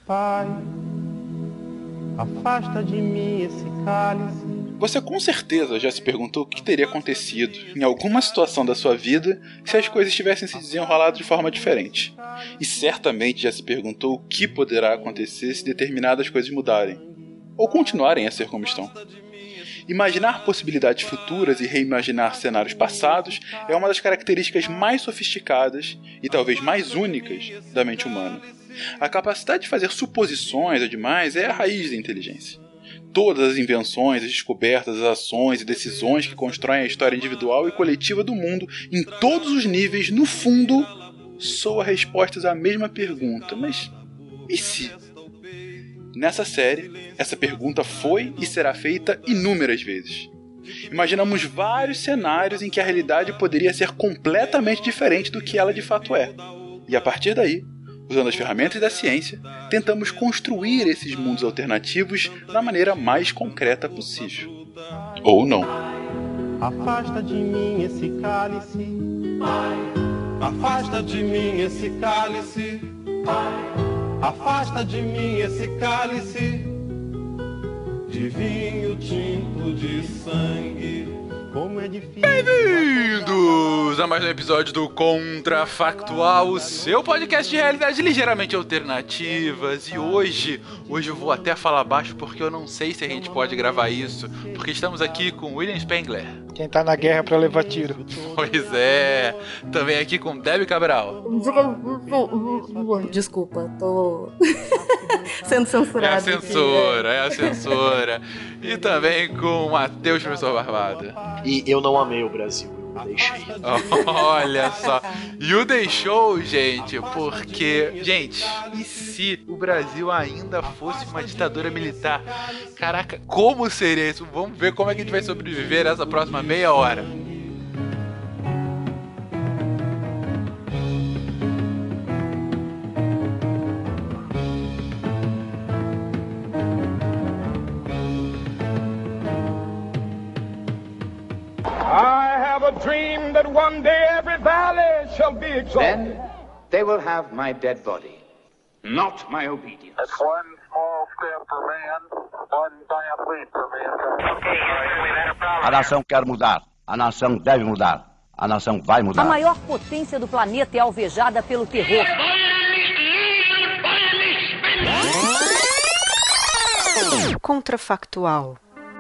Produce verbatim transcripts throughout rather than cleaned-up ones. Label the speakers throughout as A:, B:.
A: Pai, afasta de mim esse cálice.
B: Você com certeza já se perguntou o que teria acontecido em alguma situação da sua vida se as coisas tivessem se desenrolado de forma diferente. E certamente já se perguntou o que poderá acontecer se determinadas coisas mudarem, ou continuarem a ser como estão. Imaginar possibilidades futuras e reimaginar cenários passados é uma das características mais sofisticadas e talvez mais únicas da mente humana. A capacidade de fazer suposições ou demais é a raiz da inteligência. Todas as invenções, as descobertas, as ações e decisões que constroem a história individual e coletiva do mundo, em todos os níveis, no fundo, soam respostas à mesma pergunta. Mas e se? Nessa série, essa pergunta foi e será feita inúmeras vezes. Imaginamos vários cenários em que a realidade poderia ser completamente diferente do que ela de fato é. E a partir daí, usando as ferramentas da ciência, tentamos construir esses mundos alternativos da maneira mais concreta possível. Ou não.
A: Afasta de mim esse cálice. Afasta de mim esse cálice. Afasta de mim esse cálice de vinho tinto de sangue. Como é difícil.
B: Bem-vindos a mais um episódio do Contrafactual, o seu podcast de realidade ligeiramente alternativas. E hoje, hoje eu vou até falar baixo porque eu não sei se a gente pode gravar isso, porque estamos aqui com William Spengler.
C: Quem tá na guerra pra levar tiro.
B: Pois é. Também aqui com Debbie Cabral.
D: Desculpa, tô sendo censurado.
B: É a censura, é a censura. E também com Matheus, professor Barbada.
E: E eu não amei o Brasil, eu o deixei.
B: Olha só. E o deixou, gente, porque... Gente, e se o Brasil ainda fosse uma ditadura militar? Caraca, como seria isso? Vamos ver como é que a gente vai sobreviver nessa próxima meia hora.
F: Dream that one day every valley shall be exalted.
G: Then they will have my dead body, not my obedience.
H: That's one small step for man, one giant leap for mankind. Okay, we've had a problem.
I: A nação quer mudar, a nação deve mudar, a nação vai mudar.
J: A maior potência do planeta é alvejada pelo terror.
D: Contrafactual.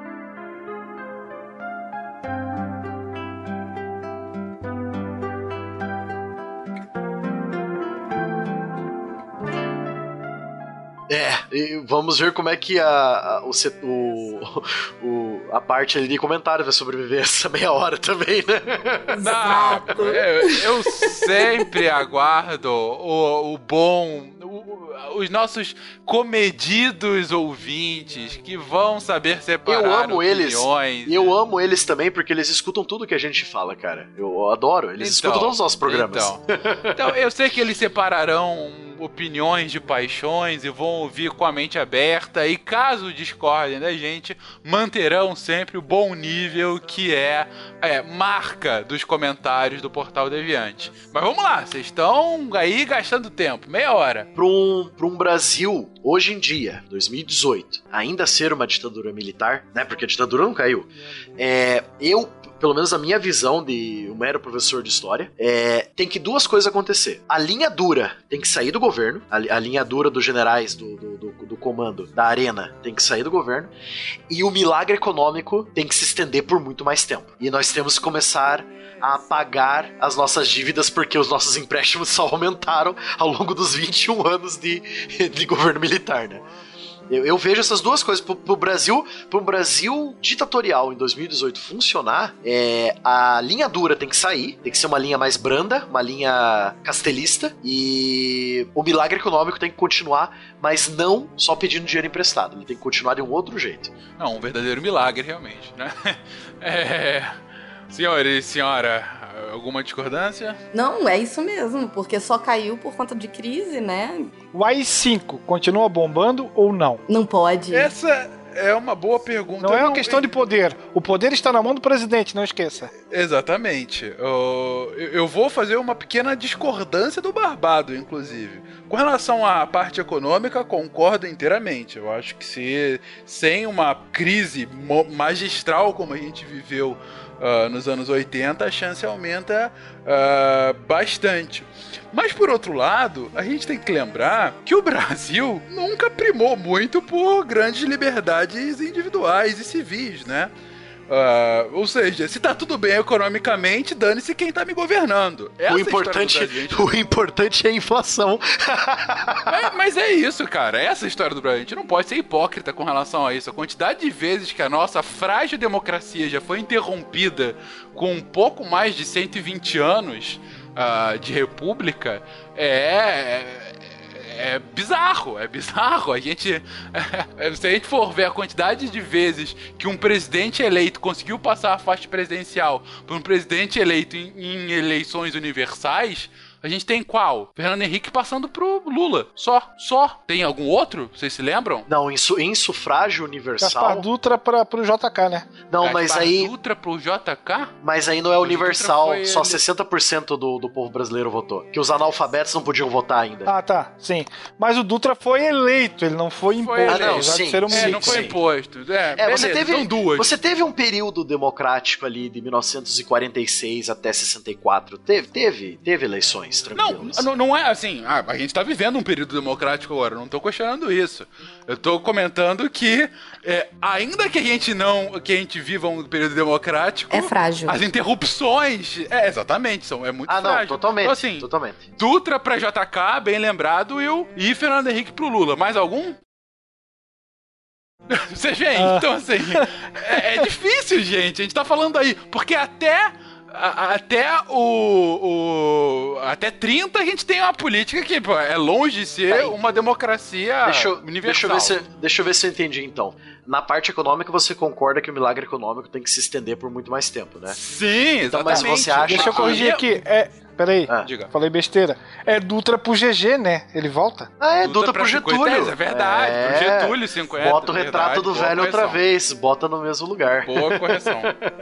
E: É, e vamos ver como é que a, a, o, o, a parte ali de comentário vai sobreviver essa meia hora também, né?
B: Não, eu, eu sempre aguardo o, o bom, o, os nossos comedidos ouvintes que vão saber separar
E: eu amo
B: opiniões.
E: Eles, eu amo eles também porque eles escutam tudo que a gente fala, cara. Eu adoro, eles então, escutam todos os nossos programas.
B: Então, então, eu sei que eles separarão opiniões de paixões e vão ouvir com a mente aberta e caso discordem da gente, manterão sempre o bom nível que é, é marca dos comentários do Portal Deviante. Mas vamos lá, vocês estão aí gastando tempo, meia hora.
E: Para um, pra um Brasil, hoje em dia, dois mil e dezoito, ainda ser uma ditadura militar, né, porque a ditadura não caiu, é, eu... pelo menos a minha visão de um mero professor de história, é, tem que duas coisas acontecer. A linha dura tem que sair do governo, a, a linha dura dos generais do, do, do, do comando, da arena, tem que sair do governo, e o milagre econômico tem que se estender por muito mais tempo. E nós temos que começar a pagar as nossas dívidas porque os nossos empréstimos só aumentaram ao longo dos vinte e um anos de, de governo militar, né? Eu, eu vejo essas duas coisas. Pro, pro Brasil, pro Brasil ditatorial em dois mil e dezoito funcionar, é, a linha dura tem que sair, tem que ser uma linha mais branda, uma linha castelista, e o milagre econômico tem que continuar, mas não só pedindo dinheiro emprestado, ele tem que continuar de um outro jeito.
B: Não, um verdadeiro milagre, realmente, né? É... Senhor e senhora, alguma discordância?
D: Não, é isso mesmo, porque só caiu por conta de crise, né?
C: O A I cinco continua bombando ou não?
D: Não pode.
B: Essa, é uma boa pergunta.
C: Não é uma
B: não,
C: questão de poder. O poder está na mão do presidente, não esqueça.
B: Exatamente. Eu, eu vou fazer uma pequena discordância do Barbado, inclusive. Com relação à parte econômica, concordo inteiramente. Eu acho que se, sem uma crise magistral como a gente viveu uh, nos anos oitenta, a chance aumenta uh, bastante. Mas, por outro lado, a gente tem que lembrar que o Brasil nunca primou muito por grandes liberdades individuais e civis, né? Uh, ou seja, se tá tudo bem economicamente, dane-se quem tá me governando. Essa
E: o, importante,
B: é Brasil,
E: o importante é a inflação.
B: É, mas é isso, cara. Essa é a história do Brasil. A gente não pode ser hipócrita com relação a isso. A quantidade de vezes que a nossa frágil democracia já foi interrompida com um pouco mais de cento e vinte anos uh, de república é... é É bizarro, é bizarro. A gente, é, se a gente for ver a quantidade de vezes que um presidente eleito conseguiu passar a faixa presidencial por um presidente eleito em, em eleições universais, a gente tem qual? Fernando Henrique passando pro Lula. Só, só. Tem algum outro? Vocês se lembram?
E: Não, em, su, em sufrágio universal...
C: Gaspar Dutra pra, pro J K, né?
E: Não,
B: Gaspar
E: mas aí...
B: Dutra pro J K?
E: Mas aí não é universal, só
B: ele...
E: sessenta por cento do, do povo brasileiro votou. Que os analfabetos não podiam votar ainda.
C: Ah, tá, sim. Mas o Dutra foi eleito, ele não foi imposto.
E: Ah, não, sim,
C: ser um
B: é, não foi
E: sim.
B: imposto. É,
E: É,
B: beleza,
E: você teve,
B: são duas.
E: você teve um período democrático ali de mil novecentos e quarenta e seis até sessenta e quatro. Teve, teve, teve eleições tranquilas.
B: Não, não, não é assim. Ah, a gente tá vivendo um período democrático agora, não tô questionando isso. Eu tô comentando que, é, ainda que a gente não, que a gente viva um período democrático...
D: É frágil.
B: As interrupções... É, exatamente, são, é muito
E: ah,
B: frágil.
E: não, totalmente,
B: então, assim,
E: totalmente.
B: Dutra pra J K, bem lembrado, e, o, e Fernando Henrique pro Lula. Mais algum? Vocês veem? Ah. Então, assim, é, é difícil, gente. A gente tá falando aí, porque até... A, até o, o. Até trinta a gente tem uma política que pô, é longe de ser tá uma democracia
E: deixa eu,
B: universal.
E: Deixa eu, ver se, deixa eu ver se eu entendi então. Na parte econômica, você concorda que o milagre econômico tem que se estender por muito mais tempo, né?
B: Sim,
E: então,
B: exatamente.
E: mas você acha
C: Deixa eu corrigir
B: que...
C: aqui. É. Peraí,
E: ah.
C: falei besteira. É Dutra pro G G, né? Ele volta?
E: Ah, é,
B: Dutra,
E: Dutra pro Getúlio.
B: É verdade, é. Pro Getúlio cinquenta.
E: Bota o retrato verdade, do velho correção. Outra vez, bota no mesmo lugar.
B: Boa correção.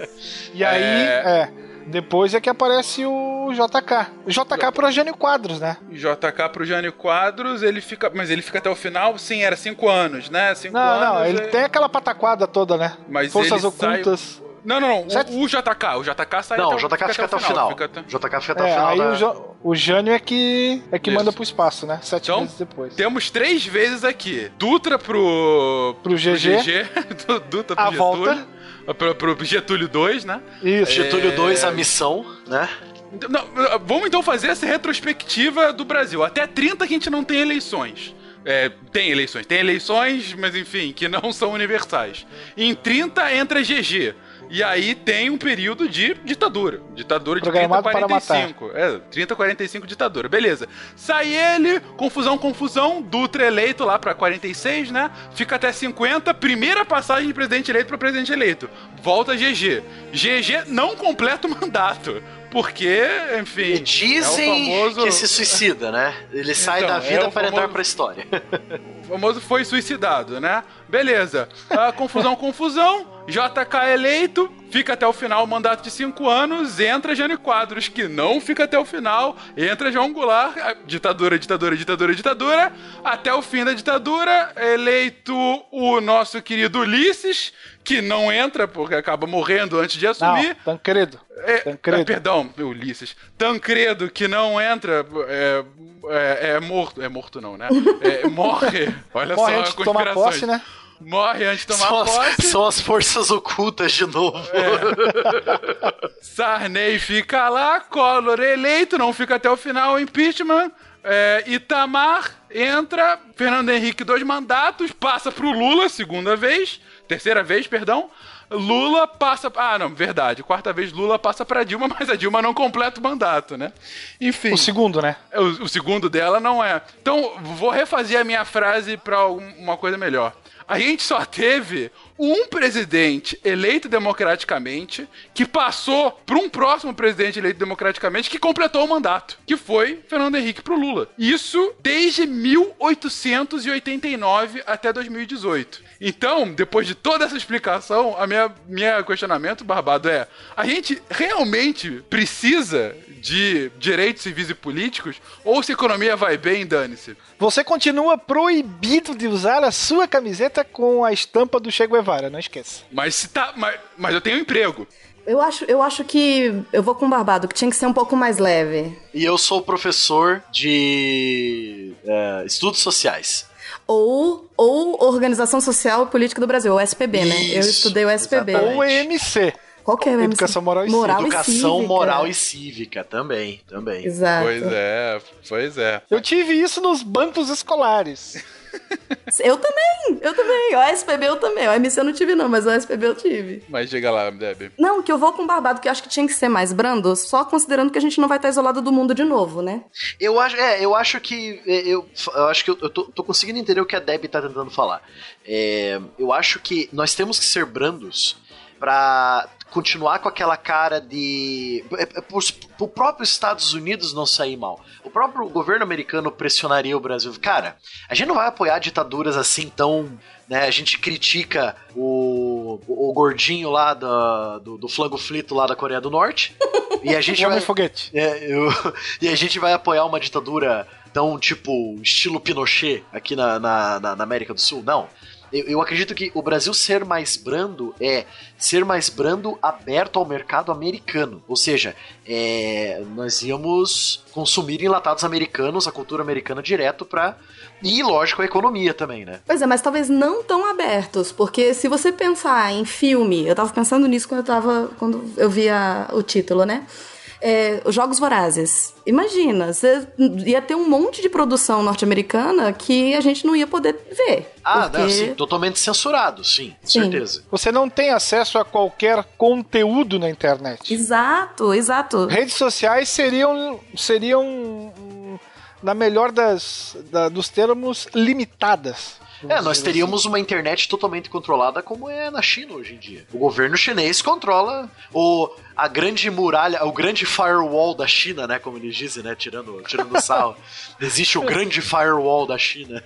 C: E aí, é... é... Depois é que aparece o J K. O J K pro Jânio Quadros, né?
B: J K pro Jânio Quadros, ele fica... Mas ele fica até o final? Sim, era cinco anos, né? Cinco
C: não,
B: anos,
C: não, ele
B: é...
C: tem aquela pataquada toda, né?
B: Mas
C: Forças
B: ele
C: ocultas.
B: Sai... Não, não, não. O, o J K. O J K sai
E: não,
B: até
E: o J K fica até o final. Fica até... J K fica até
C: é,
E: o final.
C: Aí
E: da...
C: o, jo... o Jânio é que, é que manda pro espaço, né? Sete
B: então,
C: meses depois.
B: Temos três vezes aqui. Dutra pro...
C: Pro G G.
B: Pro G G. Dutra pro
C: a
B: Getúlio.
C: Volta.
B: Pro, pro Getúlio dois, né?
C: Isso.
E: Getúlio
B: é...
E: dois, a missão, né?
B: Não, vamos então fazer essa retrospectiva do Brasil. Até trinta que a gente não tem eleições. É, tem eleições, tem eleições, mas enfim, que não são universais. Em trinta entra G G. E aí tem um período de ditadura. Ditadura de trinta a quarenta e cinco. É, trinta a quarenta e cinco ditadura. Beleza. Sai ele, confusão, confusão. Dutra eleito lá pra quarenta e seis, né? Fica até cinquenta. Primeira passagem de presidente eleito pra presidente eleito. Volta G G. G G não completa o mandato. Porque, enfim...
E: E dizem é o famoso... que se suicida, né? Ele então, sai da vida é para famoso... entrar pra história.
B: O famoso foi suicidado, né? Beleza. Ah, confusão, confusão. J K eleito, fica até o final o mandato de cinco anos, entra Jânio Quadros, que não fica até o final, entra João Goulart, ditadura, ditadura, ditadura, ditadura, até o fim da ditadura, eleito o nosso querido Ulisses, que não entra, porque acaba morrendo antes de assumir.
C: Não, Tancredo.
B: É,
C: Tancredo.
B: É, perdão, Ulisses. Tancredo, que não entra, é, é, é morto, é morto não, né? É, morre, olha
C: morre
B: só
C: antes
B: a
C: de tomar posse, né?
B: Morre antes de tomar
E: são
B: posse.
E: As, são as forças ocultas de novo.
B: É. Sarney fica lá, Collor eleito, não fica até o final, impeachment. É, Itamar entra, Fernando Henrique, dois mandatos, passa pro Lula, segunda vez, terceira vez, perdão. Lula passa... Ah, não, verdade. Quarta vez Lula passa pra Dilma, mas a Dilma não completa o mandato, né? Enfim.
C: O segundo, né?
B: O, o segundo dela não é. Então, vou refazer a minha frase pra uma coisa melhor. a gente só teve um presidente eleito democraticamente que passou para um próximo presidente eleito democraticamente que completou o mandato, que foi Fernando Henrique pro Lula. Isso desde mil oitocentos e oitenta e nove até dois mil e dezoito. Então, depois de toda essa explicação, a minha, minha questionamento, Barbado, é: a gente realmente precisa de direitos civis e políticos? Ou se a economia vai bem, dane-se?
C: Você continua proibido de usar a sua camiseta com a estampa do Che Guevara, não esqueça.
B: Mas se tá, mas, mas eu tenho um emprego.
D: Eu acho, eu acho que eu vou com o Barbado, que tinha que ser um pouco mais leve.
E: E eu sou professor de uh, estudos sociais.
D: Ou, ou Organização Social e Política do Brasil, o S P B, né?
E: Isso,
D: eu estudei o S P B.
E: exatamente.
C: Ou E M C.
D: Qual que é o M C?
C: Educação Moral e
D: moral
C: Cívica.
E: Educação
D: e cívica.
E: Moral e Cívica, também, também.
D: Exato.
B: Pois é, pois é.
C: Eu tive isso nos bancos escolares.
D: Eu também, eu também. O S P B eu também. O M C eu não tive não, mas o S P B eu tive.
B: Mas diga lá, Debbie.
D: Não, que eu vou com o Barbado, que eu acho que tinha que ser mais brando, só considerando que a gente não vai estar isolado do mundo de novo, né?
E: Eu acho, é, eu acho que eu, eu acho que eu, eu tô, tô conseguindo entender o que a Debbie tá tentando falar. É, eu acho que nós temos que ser brandos pra continuar com aquela cara de... Pro próprio Estados Unidos não sair mal. O próprio governo americano pressionaria o Brasil. Cara, a gente não vai apoiar ditaduras assim tão... Né, a gente critica o, o, o gordinho lá do, do, do flango flito lá da Coreia do Norte. E a gente vai...
C: foguete.
E: É, eu, e a gente vai apoiar uma ditadura tão, tipo, estilo Pinochet aqui na, na, na América do Sul. Não. Eu, eu acredito que o Brasil ser mais brando é ser mais brando aberto ao mercado americano. Ou seja, é, nós íamos consumir enlatados americanos, a cultura americana direto pra... E, lógico, a economia também, né?
D: Pois é, mas talvez não tão abertos, porque se você pensar em filme, eu tava pensando nisso quando eu tava, quando eu via o título, né? É, os Jogos Vorazes. Imagina, você ia ter um monte de produção norte-americana que a gente não ia poder ver.
E: Ah,
D: porque...
E: não, sim, totalmente censurado, sim, com
D: Sim.
E: certeza.
C: Você não tem acesso a qualquer conteúdo na internet.
D: Exato, exato.
C: Redes sociais seriam, seriam na melhor das, da, dos termos, limitadas.
E: É, nós teríamos uma internet totalmente controlada como é na China hoje em dia. O governo chinês controla o, a grande muralha, o grande firewall da China, né, como eles dizem, né, tirando, tirando sarro. Existe o grande firewall da China.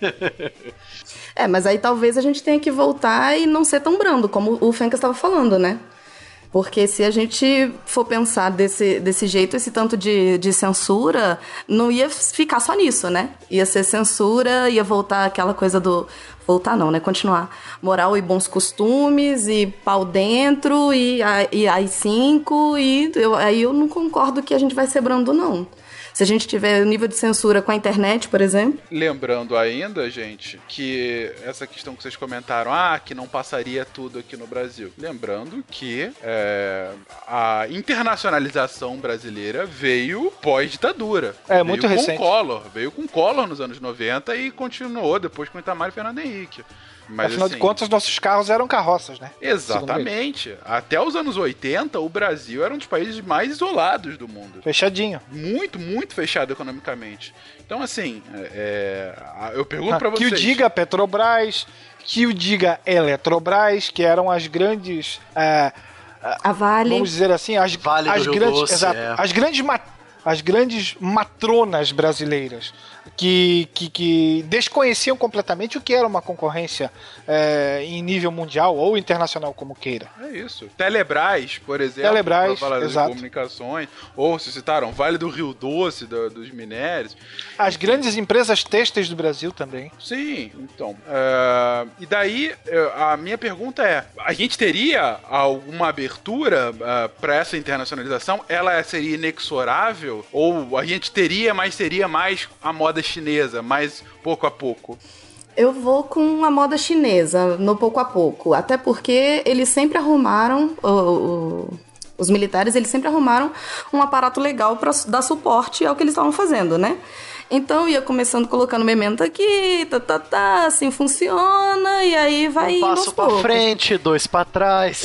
D: É, mas aí talvez a gente tenha que voltar e não ser tão brando, como o Fencas estava falando, né? Porque se a gente for pensar desse, desse jeito, esse tanto de, de censura, não ia ficar só nisso, né? Ia ser censura, ia voltar aquela coisa do... Voltar não, né? Continuar. Moral e bons costumes, e pau dentro, e, e A I cinco, e eu, aí eu não concordo que a gente vai ser brando, não. Se a gente tiver nível de censura com a internet, por exemplo.
B: Lembrando ainda, gente, que essa questão que vocês comentaram, ah, que não passaria tudo aqui no Brasil. Lembrando que é, a internacionalização brasileira veio pós-ditadura.
C: É, muito
B: veio
C: recente.
B: Com Collor, veio com Collor nos anos noventa e continuou depois com Itamar e Fernando Henrique. Mas,
C: Afinal
B: assim,
C: de contas, nossos carros eram carroças, né?
B: Exatamente. Até os anos oitenta, o Brasil era um dos países mais isolados do mundo.
C: Fechadinho.
B: Muito, muito fechado economicamente. Então, assim, é, eu pergunto
C: Ah,
B: pra vocês...
C: Que o diga Petrobras, que o diga Eletrobras, que eram as grandes... É,
D: a Vale.
C: Vamos dizer assim, as,
E: Vale
C: as
E: do Rio
C: grandes...
E: Doce,
C: exato,
E: é.
C: as grandes... As grandes matronas brasileiras que, que, que desconheciam completamente o que era uma concorrência é, em nível mundial ou internacional, como queira.
B: É isso. Telebrás, por exemplo,
C: Telebrás,
B: pra falar das
C: exato.
B: comunicações, ou se citaram Vale do Rio Doce, do, dos minérios.
C: As grandes empresas têxteis do Brasil também.
B: Sim, então. Uh, e daí, uh, a minha pergunta é: a gente teria alguma abertura uh, para essa internacionalização? Ela seria inexorável? Ou a gente teria, mas seria mais a moda chinesa, mais pouco a pouco?
D: Eu vou com a moda chinesa, no pouco a pouco. Até porque eles sempre arrumaram... O, o, os militares, eles sempre arrumaram um aparato legal para dar suporte ao que eles estavam fazendo, né? Então ia começando colocando uma emenda aqui, tá, tá, tá, assim funciona, e aí vai indo
E: Um
D: aos
E: passo pra
D: poucos.
E: frente, dois pra trás.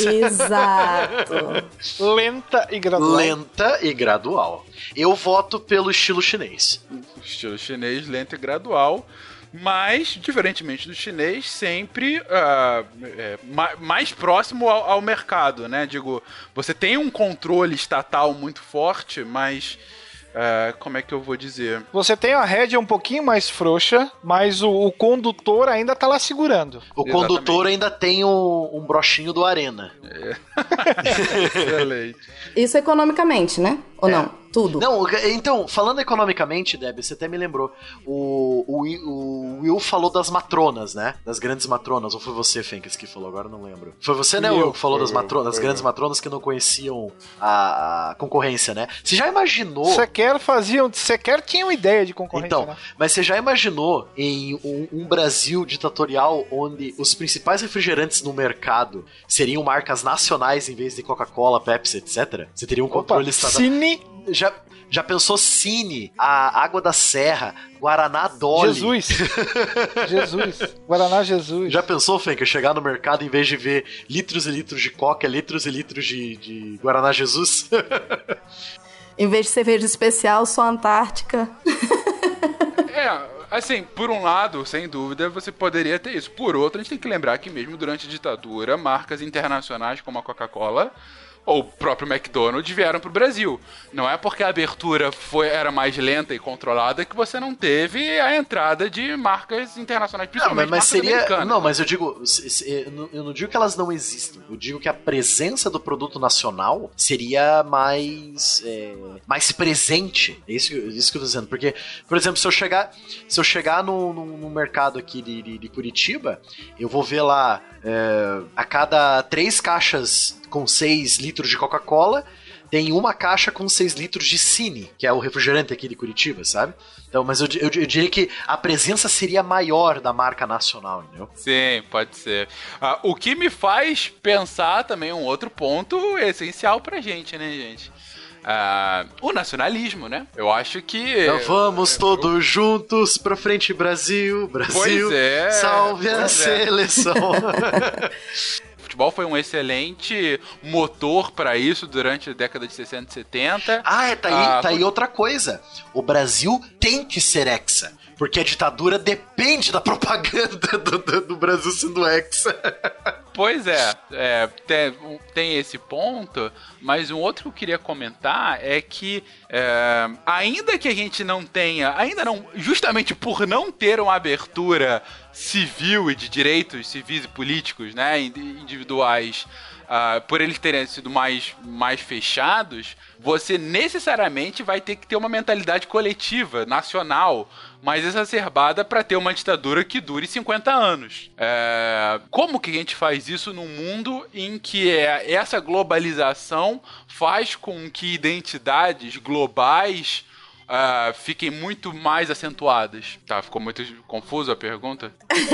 D: Exato.
C: Lenta e gradual.
E: Lenta e gradual. Eu voto pelo estilo chinês.
B: Estilo chinês, lento e gradual. mas, diferentemente do chinês, sempre uh, é, ma- mais próximo ao, ao mercado, né? Digo, você tem um controle estatal muito forte, mas... Uh, como é que eu vou dizer?
C: Você tem a rédea um pouquinho mais frouxa, mas o, o condutor ainda tá lá segurando.
E: O
B: Exatamente.
E: condutor ainda tem um, um brochinho do Arena.
B: É. Excelente.
D: Isso economicamente, né? Ou
E: É.
D: não? Tudo.
E: Não, então, falando economicamente, Deb, você até me lembrou. O, o, Will- o Will falou das matronas, né? Das grandes matronas. Ou foi você, Fencas, que falou? Agora eu não lembro. Foi você, né,
C: Fui eu.
E: Will, que falou das
B: Foi eu,
E: matronas, das
B: foi
E: grandes
B: eu.
E: matronas que não conheciam a, a concorrência, né? Você já imaginou...
C: Sequer faziam, sequer tinham ideia de concorrência,
E: Então,
C: né?
E: mas você já imaginou em um, um Brasil ditatorial onde os principais refrigerantes no mercado seriam marcas nacionais em vez de Coca-Cola, Pepsi, etcétera? Você teria um controle
C: Opa,
E: estatal.
C: Cine
E: Já, já pensou Cine, a Água da Serra, Guaraná Dolly?
C: Jesus. Jesus. Guaraná Jesus.
E: Já pensou, Fenka, chegar no mercado em vez de ver litros e litros de Coca, litros e litros de, de Guaraná Jesus?
D: Em vez de cerveja especial, só Antártica.
B: É, assim, por um lado, sem dúvida, você poderia ter isso. Por outro, a gente tem que lembrar que mesmo durante a ditadura, marcas internacionais como a Coca-Cola ou o próprio McDonald's vieram pro Brasil. Não é porque a abertura foi, era mais lenta e controlada que você não teve a entrada de marcas internacionais,
E: Não,
B: principalmente
E: mas, mas
B: marcas
E: seria.
B: americanas.
E: Não, mas eu digo. se- se- Eu não- eu não digo que elas não existem. Eu digo que a presença do produto nacional seria mais. é, mais presente. É isso, que- isso que eu tô dizendo. Porque, por exemplo, se eu chegar. Se eu chegar no, no, no mercado aqui de, de, de Curitiba, eu vou ver lá. é, a cada três caixas com seis litros de Coca-Cola, tem uma caixa com seis litros de Cine, que é o refrigerante aqui de Curitiba, sabe? Então, mas eu, di- eu, di- eu diria que a presença seria maior da marca nacional, entendeu?
B: Sim, pode ser. Ah, o que me faz pensar também um outro ponto essencial pra gente, né, gente? Ah, o nacionalismo, né? Eu acho que...
E: Então vamos todos juntos pra frente, Brasil, Brasil,
B: Pois é,
E: salve a
B: pois é.
E: seleção.
B: O futebol foi um excelente motor pra isso durante a década de sessenta e setenta.
E: Ah, é, tá aí,
B: Ah,
E: tá aí outra coisa. O Brasil tem que ser hexa, porque a ditadura depende da propaganda do, do, do Brasil sendo hexa.
B: Pois é, é, tem, tem esse ponto, mas um outro que eu queria comentar é que é, ainda que a gente não tenha, ainda não, justamente por não ter uma abertura civil e de direitos civis e políticos, né, individuais, uh, por eles terem sido mais, mais fechados, você necessariamente vai ter que ter uma mentalidade coletiva, nacional, mais exacerbada para ter uma ditadura que dure cinquenta anos. É, como que a gente faz isso num mundo em que é, essa globalização faz com que identidades globais uh, fiquem muito mais acentuadas? Tá, ficou muito confuso a pergunta?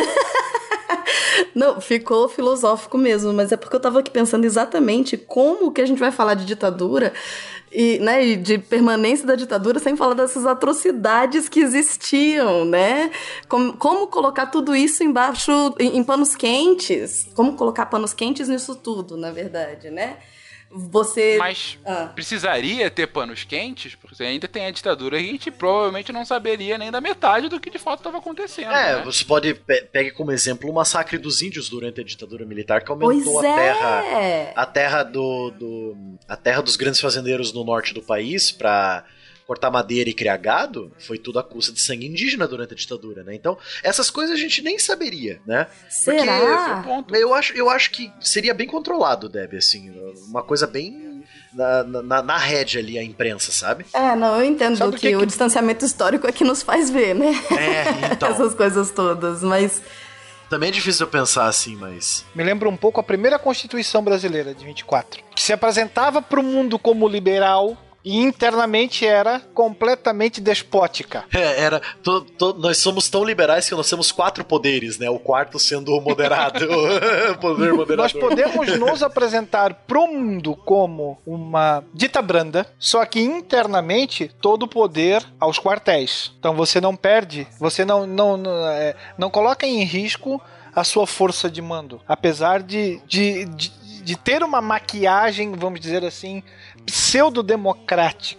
D: Não, ficou filosófico mesmo, mas é porque eu tava aqui pensando exatamente como que a gente vai falar de ditadura e, né, e de permanência da ditadura sem falar dessas atrocidades que existiam, né? Como, como colocar tudo isso embaixo, em, em panos quentes? Como colocar panos quentes nisso tudo, na verdade, né? Você...
B: Mas
D: ah.
B: precisaria ter panos quentes? Porque ainda tem a ditadura e a gente provavelmente não saberia nem da metade do que de fato estava acontecendo.
E: É,
B: né?
E: você pode pe pegue como exemplo o massacre dos índios durante a ditadura militar, que aumentou
D: Pois
E: a
D: é.
E: terra, a terra do, do a terra dos grandes fazendeiros no norte do país para cortar madeira e criar gado, foi tudo à custa de sangue indígena durante a ditadura, né? Então, essas coisas a gente nem saberia, né?
D: Será?
B: Ponto.
E: Eu acho, eu acho que seria bem controlado, Deb, assim, uma coisa bem na, na, na rédea ali, a imprensa, sabe?
D: É, não, eu entendo
C: Sabe
D: que,
C: o que
D: o
C: que-
D: distanciamento histórico é que nos faz ver, né?
E: É, então.
D: Essas coisas todas, mas...
E: Também é difícil eu pensar assim, mas...
C: Me lembra um pouco a primeira Constituição brasileira de vinte e quatro, que se apresentava para o mundo como liberal e internamente era completamente despótica.
E: É, era. To, to, nós somos tão liberais que nós temos quatro poderes, né? O quarto sendo o moderado. Poder moderador.
C: Nós podemos nos apresentar pro mundo como uma dita branda, só que internamente todo o poder aos quartéis. Então você não perde, você não, não, não, é, não coloca em risco a sua força de mando. Apesar de, de, de, de ter uma maquiagem, vamos dizer assim, pseudo-democrática.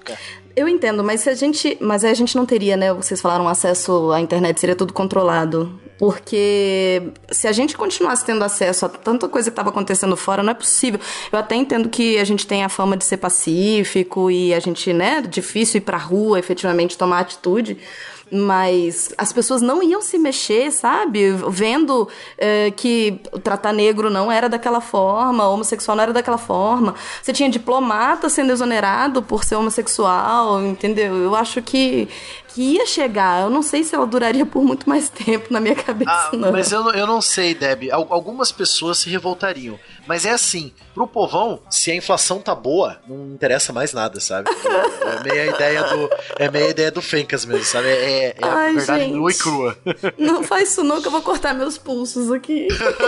D: Eu entendo, mas se a gente... Mas aí a gente não teria, né? Vocês falaram, acesso à internet seria tudo controlado. Porque se a gente continuasse tendo acesso a tanta coisa que estava acontecendo fora, não é possível. Eu até entendo que a gente tem a fama de ser pacífico e a gente, né, difícil ir pra rua, efetivamente tomar atitude. Mas as pessoas não iam se mexer, sabe? Vendo é, que tratar negro não era daquela forma, homossexual não era daquela forma. Você tinha diplomata sendo exonerado por ser homossexual, entendeu? Eu acho que, que ia chegar. Eu não sei se ela duraria por muito mais tempo na minha cabeça,
E: ah,
D: não.
E: Mas eu, eu não sei, Deb. Algumas pessoas se revoltariam. Mas é assim, pro povão, se a inflação tá boa, não interessa mais nada, sabe? É meio a ideia do, é meio a ideia do Fencas mesmo, sabe? É, é
D: Ai,
E: a verdade
D: gente,
E: nua e crua.
D: Não faz isso não, que eu vou cortar meus pulsos aqui.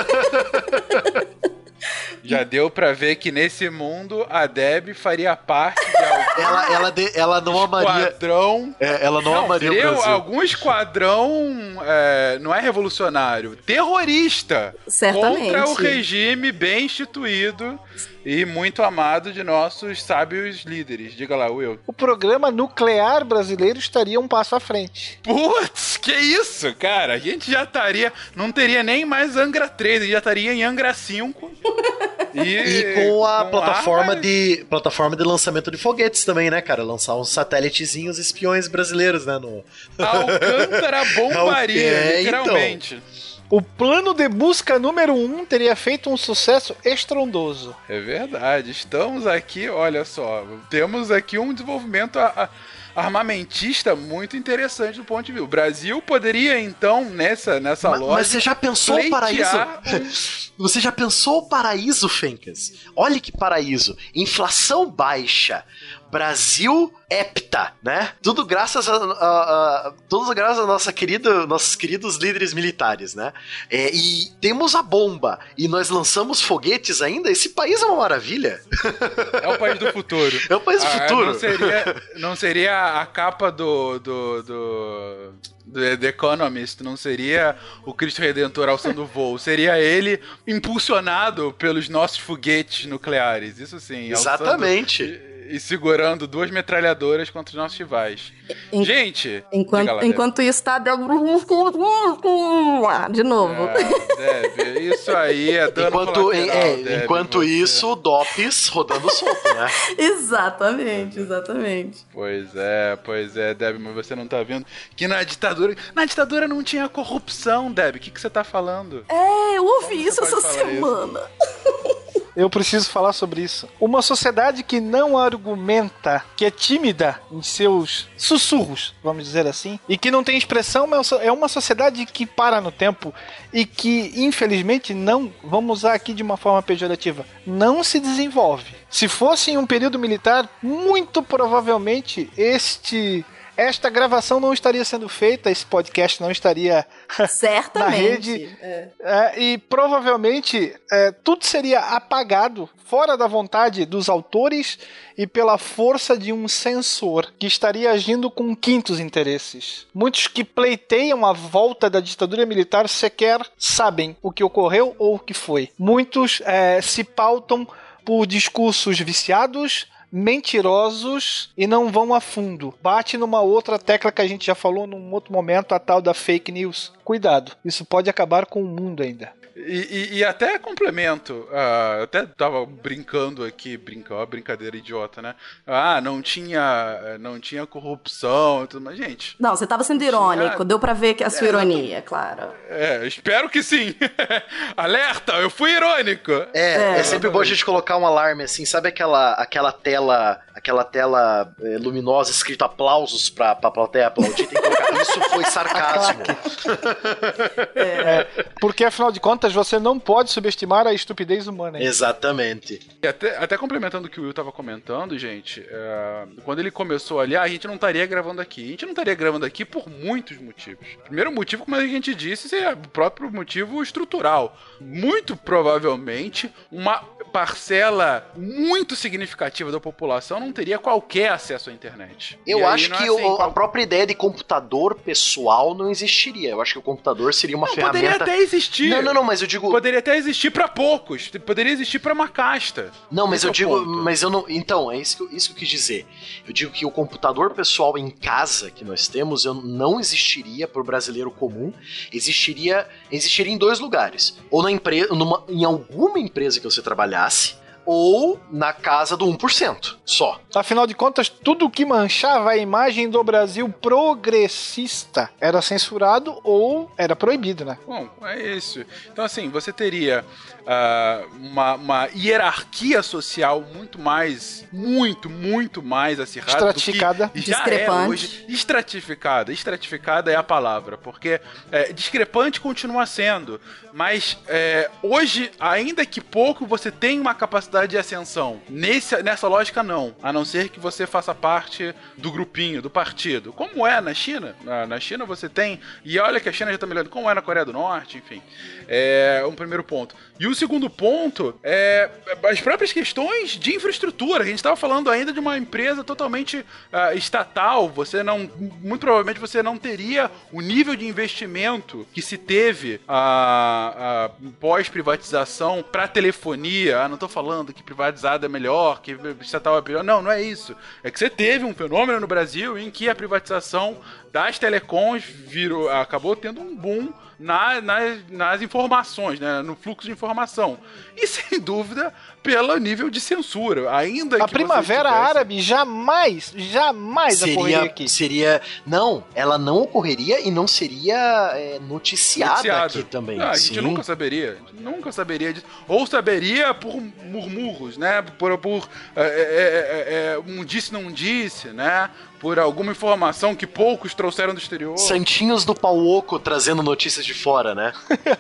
B: Já deu pra ver que nesse mundo a Deb faria parte de algum
E: ela, ela, de, ela não amaria.
B: Esquadrão.
E: É, ela não, não amaria o Brasil.
B: Algum esquadrão é, não é revolucionário, terrorista.
D: Certamente.
B: Contra o regime bem instituído e muito amado de nossos sábios líderes. Diga lá, Will.
C: O programa nuclear brasileiro estaria um passo à frente.
B: Putz, que isso, cara? A gente já estaria... Não teria nem mais Angra três, a gente já estaria em Angra cinco.
E: E, e com a com plataforma, armas... de, plataforma de lançamento de foguetes também, né, cara? Lançar uns satélitezinhos espiões brasileiros, né? No...
B: Alcântara bombaria,
E: é,
B: literalmente.
E: Então.
C: O plano de busca número um teria feito um sucesso estrondoso.
B: É verdade. Estamos aqui, olha só, temos aqui um desenvolvimento a, a, armamentista muito interessante do ponto de vista. O Brasil poderia, então, nessa, nessa
E: mas,
B: loja...
E: Mas você já pensou o paraíso?
B: Um...
E: Você já pensou o paraíso, Fencas? Olha que paraíso. Inflação baixa. Brasil hepta, né? Tudo graças a, a, a tudo graças a nossa querida, nossos queridos líderes militares, né? É, e temos a bomba e nós lançamos foguetes ainda. Esse país é uma maravilha.
B: É o país do futuro.
E: É o país do
B: ah,
E: futuro.
B: Não seria, não seria a capa do do, do do The Economist, não seria o Cristo Redentor alçando voo, seria ele impulsionado pelos nossos foguetes nucleares. Isso sim.
E: Exatamente.
B: Alçando... E segurando duas metralhadoras contra os nossos rivais. En... Gente...
D: Enquanto, lá, enquanto isso tá... De novo.
B: É, Deb, isso aí é dano
E: enquanto,
B: colateral,
E: é,
B: Deb,
E: enquanto
B: você...
E: isso, o DOPS rodando solto, né?
D: Exatamente, exatamente.
B: Pois é, pois é, Deb, mas você não tá vendo que na ditadura... Na ditadura não tinha corrupção, Deb. O que, que você tá falando?
D: É, eu ouvi
B: Como
D: isso essa semana.
C: Isso? Eu preciso falar sobre isso. Uma sociedade que não argumenta, que é tímida em seus sussurros, vamos dizer assim, e que não tem expressão, é uma sociedade que para no tempo e que, infelizmente, não, vamos usar aqui de uma forma pejorativa, não se desenvolve. Se fosse em um período militar, muito provavelmente este... esta gravação não estaria sendo feita, esse podcast não estaria
D: Certamente.
C: na rede. É. É, e provavelmente é, tudo seria apagado, fora da vontade dos autores e pela força de um censor que estaria agindo com quintos interesses. Muitos que pleiteiam a volta da ditadura militar sequer sabem o que ocorreu ou o que foi. Muitos é, se pautam por discursos viciados, mentirosos e não vão a fundo. Bate numa outra tecla que a gente já falou num outro momento, a tal da fake news. Cuidado, isso pode acabar com o mundo ainda.
B: E, e, e até complemento, uh, até tava brincando aqui, brinca, ó, brincadeira idiota, né? Ah, não tinha, não tinha corrupção e tudo mais, gente.
D: Não, você tava sendo irônico, tinha... deu pra ver que a sua é, ironia, tô... claro.
B: É, espero que sim. Alerta, eu fui irônico.
E: É, é, é sempre bom a gente colocar um alarme assim, sabe aquela, aquela tela, aquela tela é, luminosa escrito aplausos pra, pra plateia aplaudir, tem que colocar, isso foi sarcasmo.
C: é. É, porque afinal de contas você não pode subestimar a estupidez humana. Hein?
E: Exatamente.
B: E até, até complementando o que o Will tava comentando, gente, é, quando ele começou ali, ah, a gente não estaria gravando aqui. A gente não estaria gravando aqui por muitos motivos. Primeiro motivo, como a gente disse, é o próprio motivo estrutural. Muito provavelmente, uma parcela muito significativa da população não não teria qualquer acesso à internet.
E: Eu
B: E aí
E: acho
B: não
E: que
B: é assim,
E: o,
B: qual-
E: a própria ideia de computador pessoal não existiria. Eu acho que o computador seria uma
B: Não,
E: ferramenta...
B: poderia até existir.
E: Não, não, não, mas eu digo...
B: Poderia até existir pra poucos. Poderia existir pra uma casta.
E: Não, mas
B: Esse
E: eu
B: é o
E: digo,
B: ponto.
E: mas eu não. Então, é isso que, eu, isso que eu quis dizer. Eu digo que o computador pessoal em casa que nós temos, eu não existiria pro brasileiro comum. Existiria, existiria em dois lugares. Ou na empresa, numa, em alguma empresa que você trabalhasse, ou na casa do um por cento só.
C: Afinal de contas, tudo que manchava a imagem do Brasil progressista era censurado ou era proibido, né?
B: Bom, é isso. Então, assim, você teria uh, uma, uma hierarquia social muito mais, muito, muito mais acirrada.
C: Estratificada.
B: Do que já
D: Discrepante.
B: é hoje. Estratificada. Estratificada é a palavra, porque é, discrepante continua sendo, mas é, hoje, ainda que pouco, você tem uma capacidade de ascensão. Nesse, nessa lógica, não. A não ser que você faça parte do grupinho, do partido. Como é na China. Na, na China você tem... E olha que a China já está melhorando. Como é na Coreia do Norte, enfim. É um primeiro ponto. E o segundo ponto é as próprias questões de infraestrutura. A gente estava falando ainda de uma empresa totalmente uh, estatal. Você não... Muito provavelmente você não teria o nível de investimento que se teve a, a pós-privatização para telefonia. Ah, não estou falando que privatizada é melhor, que estatal é pior. Não, não é isso. É que você teve um fenômeno no Brasil em que a privatização das telecoms virou, acabou tendo um boom na, nas, nas informações, né, no fluxo de informação. E, sem dúvida, pelo nível de censura. Ainda que
C: A Primavera
B: tivesse...
C: Árabe jamais, jamais ocorreria
E: Seria,
C: aqui.
E: seria. Não, ela não ocorreria e não seria é, noticiada
B: Noticiado.
E: aqui também.
B: Não, a gente
E: Sim.
B: nunca saberia. A gente nunca saberia disso. Ou saberia por murmurros, né? Por, por é, é, é, um disse não disse, né? Por alguma informação que poucos trouxeram do exterior.
E: Santinhos do pau oco trazendo notícias de fora, né?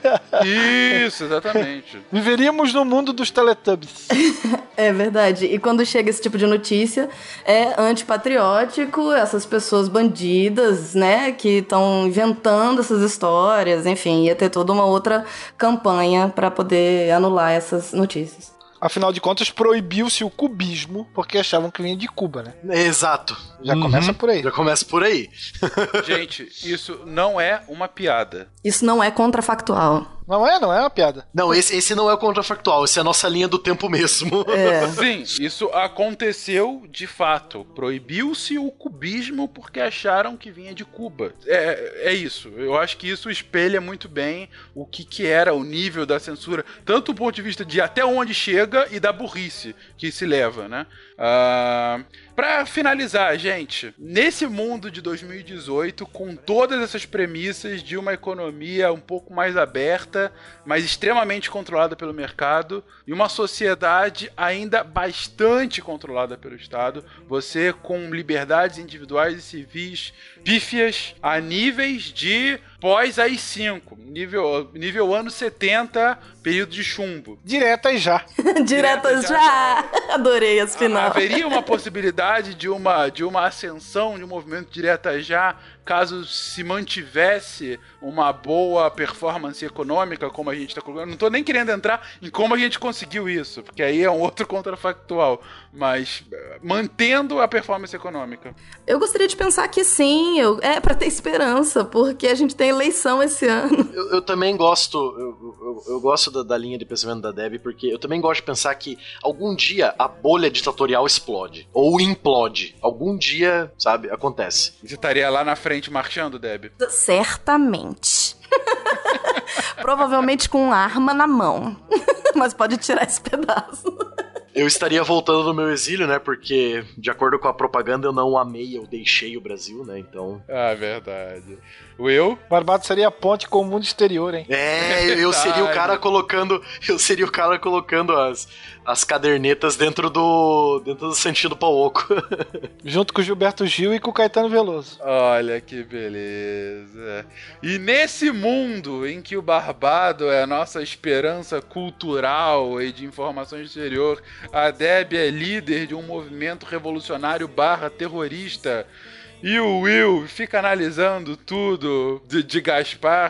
B: Isso, exatamente.
C: Viveríamos no mundo dos Teletubbies.
D: É verdade. E quando chega esse tipo de notícia, é antipatriótico, essas pessoas bandidas, né, que estão inventando essas histórias, enfim, ia ter toda uma outra campanha para poder anular essas notícias.
C: Afinal de contas, proibiu-se o cubismo porque achavam que vinha de Cuba, né?
E: Exato.
C: Já começa por aí.
E: Já começa por aí.
B: Gente, isso não é uma piada.
D: Isso não é contrafactual.
C: Não é, não é uma piada.
E: Não, esse, esse não é o contrafactual, esse é a nossa linha do tempo mesmo.
D: É.
B: Sim, isso aconteceu de fato. Proibiu-se o cubismo porque acharam que vinha de Cuba. É, é isso. Eu acho que isso espelha muito bem o que, que era o nível da censura, tanto do ponto de vista de até onde chega e da burrice que se leva, né? Uh, pra finalizar, gente, nesse mundo de dois mil e dezoito, com todas essas premissas de uma economia um pouco mais aberta, mas extremamente controlada pelo mercado, e uma sociedade ainda bastante controlada pelo Estado, você com liberdades individuais e civis pífias a níveis de pós A I cinco, nível, nível anos setenta, período de chumbo.
C: Diretas já.
D: Diretas já! Adorei as final.
B: Haveria uma possibilidade de uma, de uma ascensão de um movimento direta já, caso se mantivesse uma boa performance econômica, como a gente está colocando. Não estou nem querendo entrar em como a gente conseguiu isso, porque aí é um outro contrafactual, mas mantendo a performance econômica.
D: Eu gostaria de pensar que sim, eu, é para ter esperança, porque a gente tem eleição esse ano.
E: Eu, eu também gosto, eu, eu, eu gosto da, da linha de pensamento da Debbie, porque eu também gosto de pensar que algum dia a bolha ditatorial explode, ou implode. Algum dia, sabe, acontece.
B: Você estaria lá na frente marchando, Debbie?
D: Certamente. Provavelmente com arma na mão. Mas pode tirar esse pedaço.
E: Eu estaria voltando do meu exílio, né? Porque, de acordo com a propaganda, eu não amei, eu deixei o Brasil, né? Então...
B: Ah, verdade. Will?
C: Barbados seria a ponte com o mundo exterior, hein?
E: É, eu, eu seria o cara colocando... Eu seria o cara colocando as, as cadernetas dentro do... Dentro do sentido pau oco.
C: Junto com o Gilberto Gil e com o Caetano Veloso.
B: Olha que beleza. E nesse mundo em que o Barbado é a nossa esperança cultural e de informação exterior, a Debbie é líder de um movimento revolucionário barra terrorista, e o Will fica analisando tudo de, de Gaspar.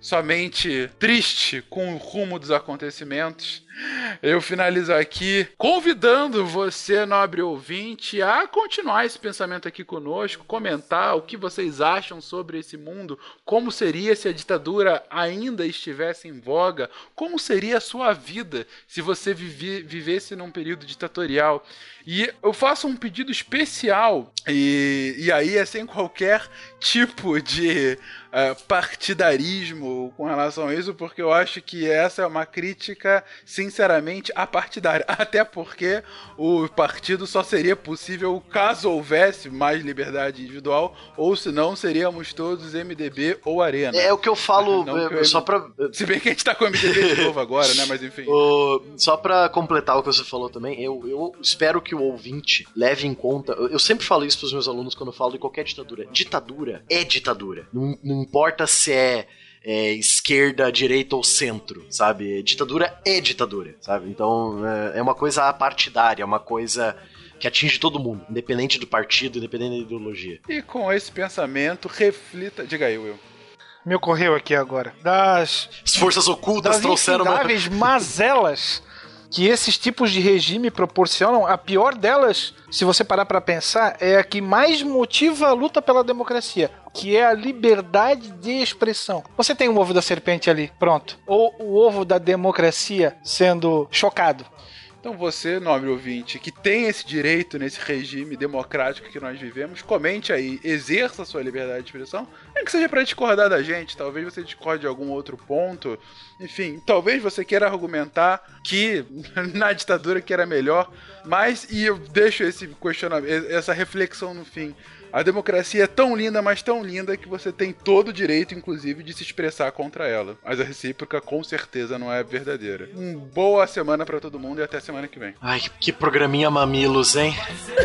B: somente triste com o rumo dos acontecimentos, eu finalizo aqui convidando você, nobre ouvinte, a continuar esse pensamento aqui conosco, comentar o que vocês acham sobre esse mundo, como seria se a ditadura ainda estivesse em voga, como seria a sua vida se você vive, vivesse num período ditatorial. E eu faço um pedido especial, e, e aí é sem qualquer tipo de uh, partidarismo com relação a isso, porque eu acho que essa é uma crítica, sinceramente, apartidária. Até porque o partido só seria possível caso houvesse mais liberdade individual, ou senão seríamos todos M D B ou Arena.
E: É o que eu falo,
B: Não,
E: é, só pra...
B: Se bem que a gente tá com o M D B de novo agora, né? Mas enfim.
E: O, só pra completar o que você falou também, eu, eu espero que o ouvinte leve em conta, eu, eu sempre falo isso pros meus alunos quando eu falo de qualquer ditadura. Ditadura é ditadura. Não, não importa se é, é esquerda, direita ou centro, sabe? Ditadura é ditadura, sabe? Então é, é uma coisa apartidária, é uma coisa que atinge todo mundo, independente do partido, independente da ideologia.
B: E com esse pensamento, reflita... Diga aí, Will.
C: Me ocorreu aqui agora. Das...
E: As forças ocultas
C: das
E: trouxeram... Das
C: infindáveis mazelas que esses tipos de regime proporcionam, a pior delas, se você parar pra pensar, é a que mais motiva a luta pela democracia, que é a liberdade de expressão. Você tem o ovo da serpente ali, pronto. Ou o ovo da democracia sendo chocado.
B: Então você, nobre ouvinte, que tem esse direito nesse regime democrático que nós vivemos, comente aí, exerça a sua liberdade de expressão, nem que seja para discordar da gente, talvez você discorde de algum outro ponto, enfim, talvez você queira argumentar que na ditadura que era melhor, mas, e eu deixo esse questionamento, essa reflexão no fim, a democracia é tão linda, mas tão linda, que você tem todo o direito, inclusive, de se expressar contra ela. Mas a recíproca, com certeza, não é verdadeira. Uma boa semana pra todo mundo e até semana que vem.
E: Ai, que programinha mamilos, hein?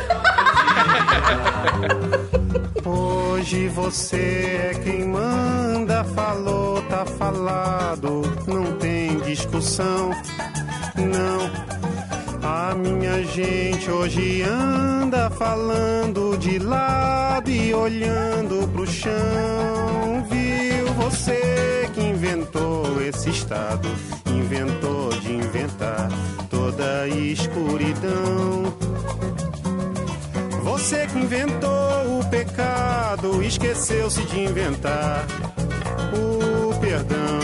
K: Hoje você é quem manda, falou, tá falado, não tem discussão, não. A minha gente hoje anda falando de lado e olhando pro chão. Viu você que inventou esse estado, inventou de inventar toda a escuridão. Você que inventou o pecado, esqueceu-se de inventar o perdão.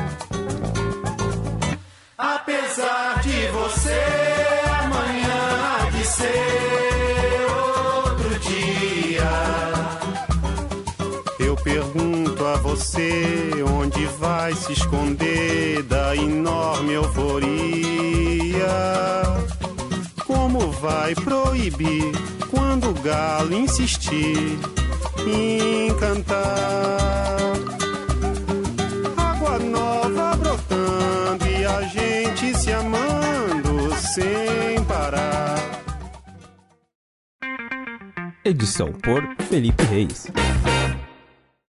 K: Apesar de você amanhã há de ser outro dia, eu pergunto a você onde vai se esconder da enorme euforia. Como vai proibir quando o galo insistir em cantar? Água nova brotando e a gente se amando sem parar.
L: Edição por Felipe Reis.